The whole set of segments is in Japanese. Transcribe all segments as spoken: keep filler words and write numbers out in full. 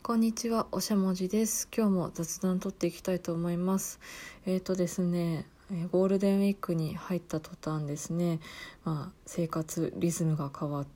こんにちは、おしゃもじです。今日も雑談取っていきたいと思います。えーとですね、ゴールデンウィークに入った途端ですね、まあ、生活リズムが変わって、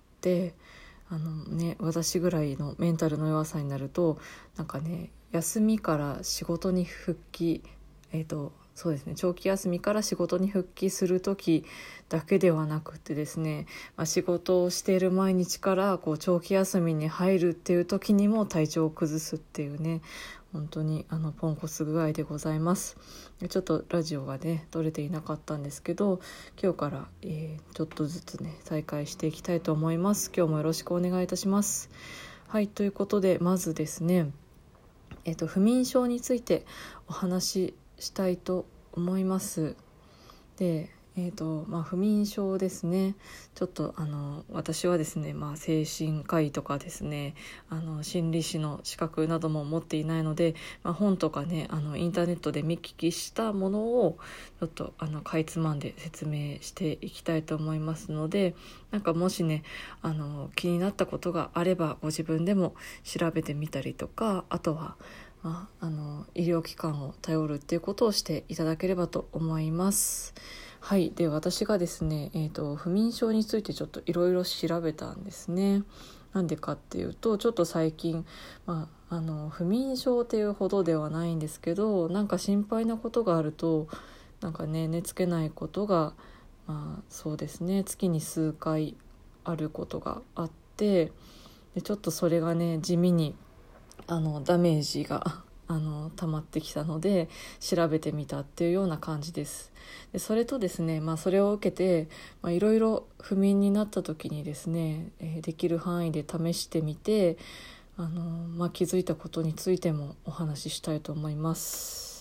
あのね、私ぐらいのメンタルの弱さになると、なんかね、休みから仕事に復帰、えーとそうですね、長期休みから仕事に復帰する時だけではなくてですね、まあ、仕事をしている毎日からこう長期休みに入るっていう時にも体調を崩すっていうね、本当にあのポンコツ具合でございます。ちょっとラジオがね撮れていなかったんですけど、今日から、えー、ちょっとずつね再開していきたいと思います。今日もよろしくお願いいたします。はい、ということで、まずですね、えっと不眠症についてお話ししたいと思います。で、えーとまあ、不眠症ですね。ちょっとあの私はですね、まあ、精神科医とかですね、あの心理師の資格なども持っていないので、まあ、本とかね、あのインターネットで見聞きしたものをちょっとあのかいつまんで説明していきたいと思いますので、なんかもしねあの気になったことがあればご自分でも調べてみたりとか、あとはまあ、あの医療機関を頼るっていうことをしていただければと思います。はい。で、私がですね、えーと、不眠症についてちょっといろいろ調べたんですね。なんでかっていうと、ちょっと最近、まあ、あの不眠症っていうほどではないんですけど、なんか心配なことがあると、なんかね寝つけないことが、まあ、そうですね、月に数回あることがあって、でちょっとそれがね地味にあのダメージがあの溜まってきたので調べてみたっていうような感じです。でそれとですね、まあ、それを受けていろいろ不眠になった時にですね、えーできる範囲で試してみて、あの、まあ、気づいたことについてもお話ししたいと思います。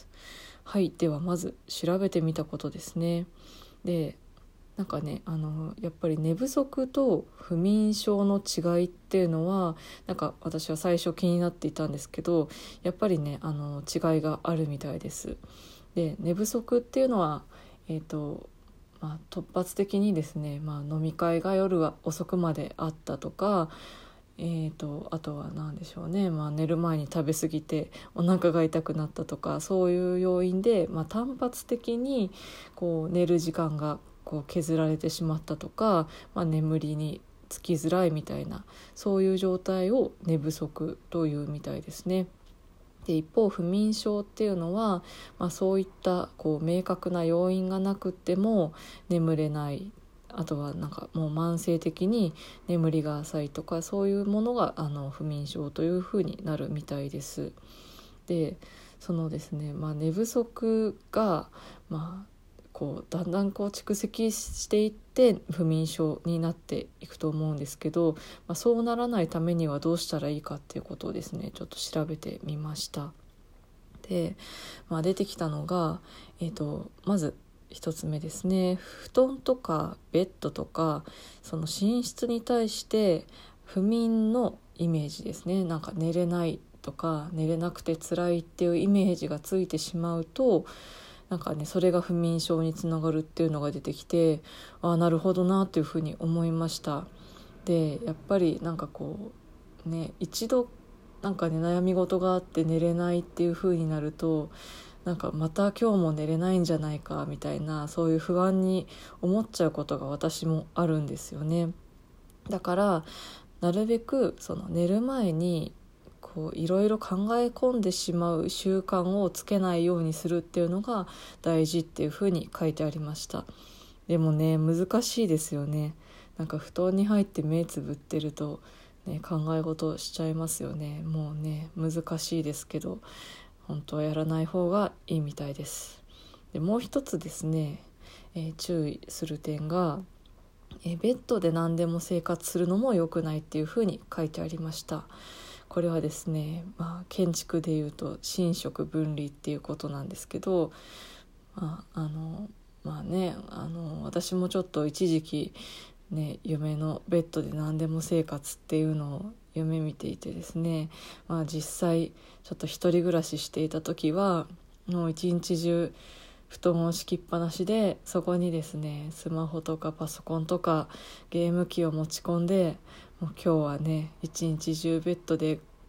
はい。ではまず調べてみたことですね。でなんかね、あのやっぱり寝不足と不眠症の違いっていうのは、なんか私は最初気になっていたんですけど、やっぱりねあの違いがあるみたいです。で寝不足っていうのは、えーとまあ、突発的にですね、まあ、飲み会が夜は遅くまであったとか、えーとあとは何でしょうね、まあ、寝る前に食べ過ぎてお腹が痛くなったとか、そういう要因で、まあ、単発的にこう寝る時間がこう削られてしまったとか、まあ、眠りにつきづらいみたいな、そういう状態を寝不足というみたいですね。で一方不眠症っていうのは、まあ、そういったこう明確な要因がなくっても眠れない、あとはなんかもう慢性的に眠りが浅いとか、そういうものがあの不眠症というふうになるみたいです。でそのですね、まあ、寝不足が、まあこうだんだんこう蓄積していって不眠症になっていくと思うんですけど、まあ、そうならないためにはどうしたらいいかっていうことをですねちょっと調べてみました。で、まあ、出てきたのが、えーと、まず一つ目ですね。布団とかベッドとかその寝室に対して不眠のイメージですね。なんか寝れないとか寝れなくて辛いっていうイメージがついてしまうと、なんかねそれが不眠症につながるっていうのが出てきて、ああなるほどなというふうに思いました。でやっぱりなんかこうね、一度なんかね悩み事があって寝れないっていう風になると、なんかまた今日も寝れないんじゃないかみたいな、そういう不安に思っちゃうことが私もあるんですよね。だからなるべくその寝る前にこういろいろ考え込んでしまう習慣をつけないようにするっていうのが大事っていう風に書いてありました。でもね難しいですよね。なんか布団に入って目つぶってると、ね、考え事しちゃいますよね。もうね難しいですけど、本当はやらない方がいいみたいです。でもう一つですね、えー注意する点が、えーベッドで何でも生活するのも良くないっていうふうに書いてありました。これはですね、まあ、建築でいうと寝食分離っていうことなんですけど、まああのまあね、あの私もちょっと一時期ね夢のベッドで何でも生活っていうのを夢見ていてですね、まあ、実際ちょっと一人暮らししていた時はもう一日中布団を敷きっぱなしで、そこにですねスマホとかパソコンとかゲーム機を持ち込んで、もう今日はね一日中ベッドで、え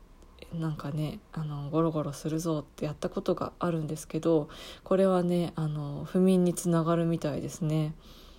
なんかねあのゴロゴロするぞってやったことがあるんですけど、これはねあの不眠につながるみたいですね。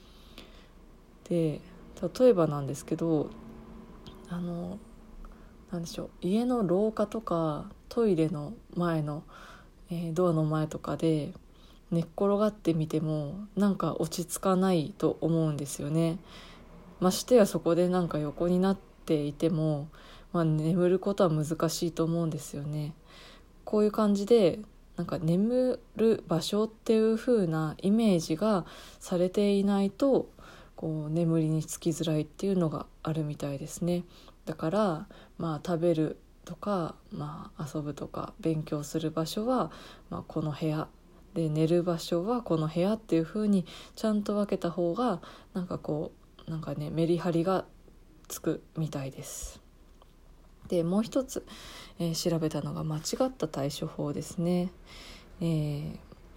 で例えばなんですけど、あのなんでしょう、家の廊下とかトイレの前の、えードアの前とかで寝っ転がってみてもなんか落ち着かないと思うんですよね。ましてやそこでなんか横になっていても、まあ、眠ることは難しいと思うんですよね。こういう感じでなんか眠る場所っていう風なイメージがされていないとこう眠りにつきづらいっていうのがあるみたいですね。だからまあ食べるとか、まあ、遊ぶとか勉強する場所は、まあ、この部屋で、寝る場所はこの部屋っていう風にちゃんと分けた方がなんかこうなんかねメリハリがつくみたいです。でもう一つ、えー調べたのが間違った対処法ですね。えー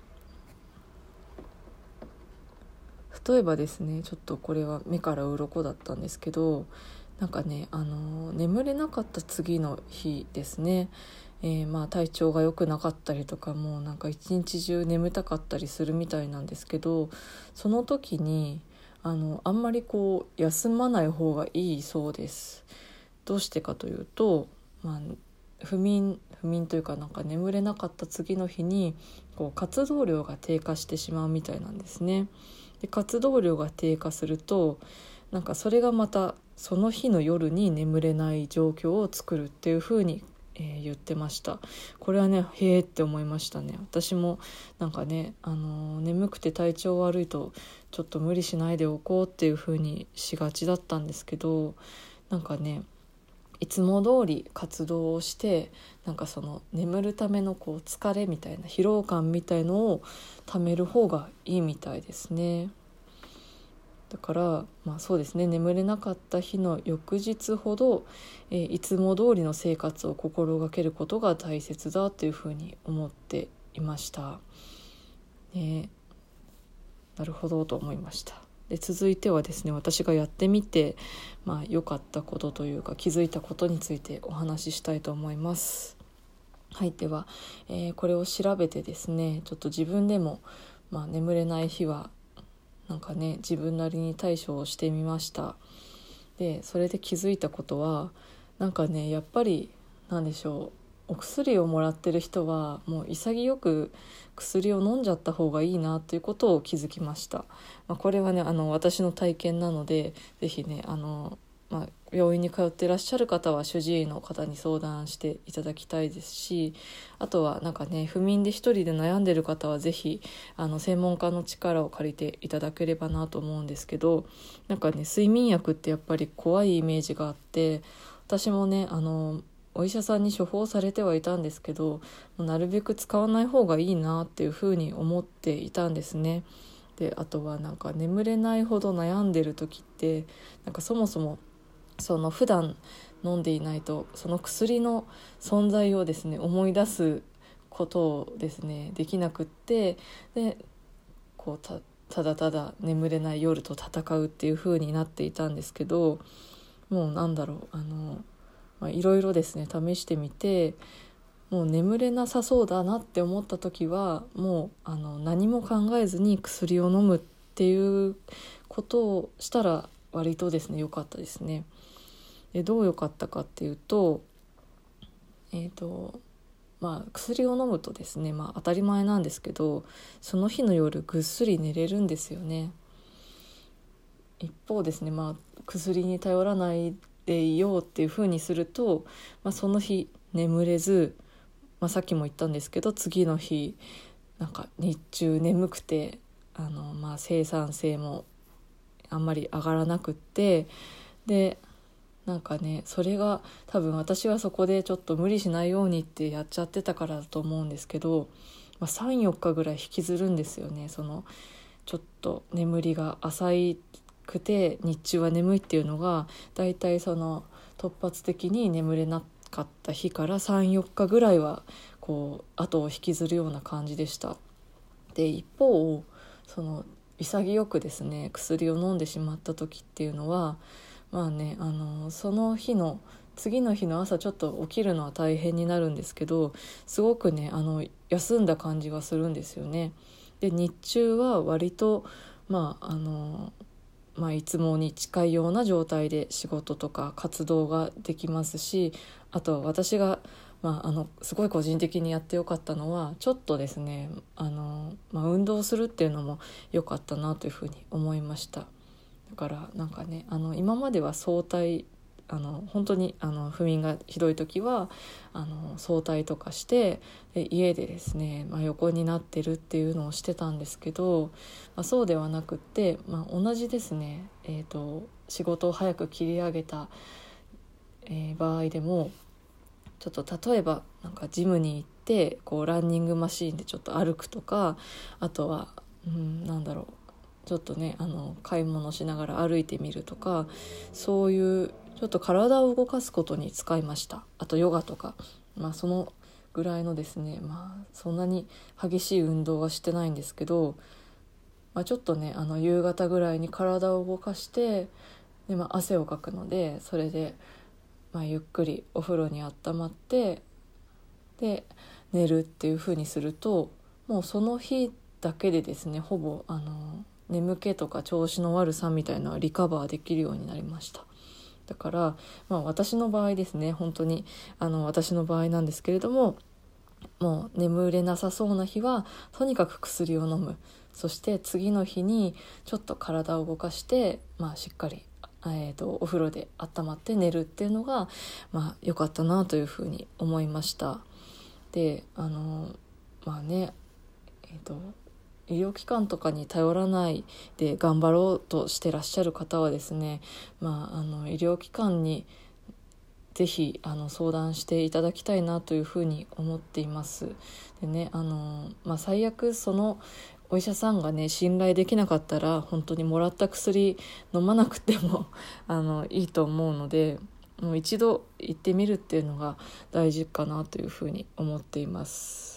例えばですね、ちょっとこれは目から鱗だったんですけど、なんかね、あの眠れなかった次の日ですね、えーまあ体調が良くなかったりとか、もうなんか一日中眠たかったりするみたいなんですけど、その時にあのあんまりこう休まない方がいいそうです。どうしてかというと、まあ、不眠不眠というかなんか眠れなかった次の日にこう活動量が低下してしまうみたいなんですね。で活動量が低下するとなんかそれがまたその日の夜に眠れない状況を作るっていう風に、えー言ってました。これはねへーって思いましたね。私もなんかね、あのー眠くて体調悪いとちょっと無理しないでおこうっていう風にしがちだったんですけど、なんかねいつも通り活動をしてなんかその眠るためのこう疲れみたいな疲労感みたいのをためる方がいいみたいですね。だからまあそうですね、眠れなかった日の翌日ほど、えーいつも通りの生活を心がけることが大切だというふうに思っていました、ね、なるほどと思いました。で続いてはですね、私がやってみてまあ良かったことというか気づいたことについてお話ししたいと思います。はい、では、えーこれを調べてですね、ちょっと自分でも、まあ、眠れない日はなんかね自分なりに対処をしてみました。でそれで気づいたことはなんかねやっぱりなんでしょう、お薬をもらってる人はもう潔く薬を飲んじゃった方がいいなということを気づきました。まあ、これはねあの私の体験なのでぜひねあの、まあ、病院に通っていらっしゃる方は主治医の方に相談していただきたいですし、あとはなんかね不眠で一人で悩んでる方はぜひあの専門家の力を借りていただければなと思うんですけど、なんかね睡眠薬ってやっぱり怖いイメージがあって、私もねあのお医者さんに処方されてはいたんですけど、もうなるべく使わない方がいいなっていうふうに思っていたんですね。であとはなんか眠れないほど悩んでる時ってなんかそもそもその普段飲んでいないとその薬の存在をですね思い出すことをですねできなくって、でこう た, ただただ眠れない夜と戦うっていう風になっていたんですけど、もうなんだろうあのまあ、いろいろですね試してみて、もう眠れなさそうだなって思った時はもうあの何も考えずに薬を飲むっていうことをしたら割とですね良かったですね。でどう良かったかっていうと、えーとまあ、薬を飲むとですね、まあ、当たり前なんですけどその日の夜ぐっすり寝れるんですよね。一方ですね、まあ、薬に頼らないでいようっていう風にすると、まあ、その日眠れず、まあ、さっきも言ったんですけど次の日なんか日中眠くてあの、まあ、生産性もあんまり上がらなくって、でなんかねそれが多分私はそこでちょっと無理しないようにってやっちゃってたからだと思うんですけど、まあ、さん、よっかぐらい引きずるんですよね。そのちょっと眠りが浅くて日中は眠いっていうのがだいたいその突発的に眠れなかった日からさん、よっかぐらいはこう後を引きずるような感じでした。で一方その潔くですね薬を飲んでしまった時っていうのはまあねあのその日の次の日の朝ちょっと起きるのは大変になるんですけど、すごくねあの休んだ感じがするんですよね。で日中は割とまああのまあ、いつもに近いような状態で仕事とか活動ができますし、あと私が、まあ、あのすごい個人的にやってよかったのはちょっとですねあの、まあ、運動するっていうのも良かったなというふうに思いました。だからなんかねあの今までは早退あの本当にあの不眠がひどい時はあの早退とかしてで家でですね、まあ、横になってるっていうのをしてたんですけど、まあ、そうではなくって、まあ、同じですね、えーと、仕事を早く切り上げた、えー場合でもちょっと例えばなんかジムに行ってこうランニングマシーンでちょっと歩くとか、あとは、うん、なんだろうちょっとねあの買い物しながら歩いてみるとか、そういうちょっと体を動かすことに使いました。あとヨガとか、まあ、そのぐらいのですね、まあ、そんなに激しい運動はしてないんですけど、まあ、ちょっとねあの夕方ぐらいに体を動かしてで、まあ、汗をかくのでそれで、まあ、ゆっくりお風呂に温まってで寝るっていう風にすると、もうその日だけでですねほぼあの眠気とか調子の悪さみたいなのはリカバーできるようになりました。だから、まあ、私の場合ですね本当にあの私の場合なんですけれども、もう眠れなさそうな日はとにかく薬を飲む。そして次の日にちょっと体を動かして、まあ、しっかり、えーと、お風呂で温まって寝るっていうのが、まあ、良かったなというふうに思いました。であのまあねえっ、と医療機関とかに頼らないで頑張ろうとしてらっしゃる方はですね、まあ、あの医療機関にぜひあの相談していただきたいなというふうに思っています。でねあの、まあ、最悪そのお医者さんがね信頼できなかったら本当にもらった薬飲まなくてもあのいいと思うので、もう一度行ってみるっていうのが大事かなというふうに思っています。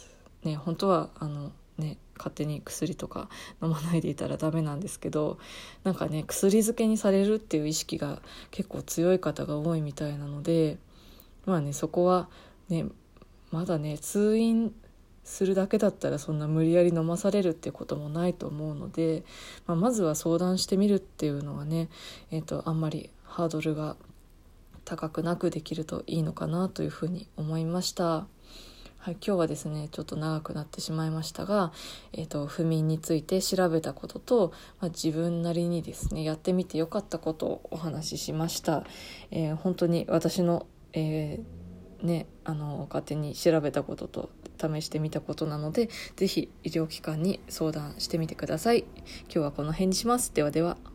ね、本当はあのね勝手に薬とか飲まないでいたらダメなんですけど、なんかね薬漬けにされるっていう意識が結構強い方が多いみたいなので、まあねそこはねまだね通院するだけだったらそんな無理やり飲まされるってこともないと思うので、まあ、まずは相談してみるっていうのはね、えーと、あんまりハードルが高くなくできるといいのかなというふうに思いました。はい、今日はですねちょっと長くなってしまいましたが、えーと、不眠について調べたことと、まあ、自分なりにですねやってみてよかったことをお話ししました。えー、本当に私の、えーね、あの勝手に調べたことと試してみたことなので、ぜひ医療機関に相談してみてください。今日はこの辺にします。ではでは。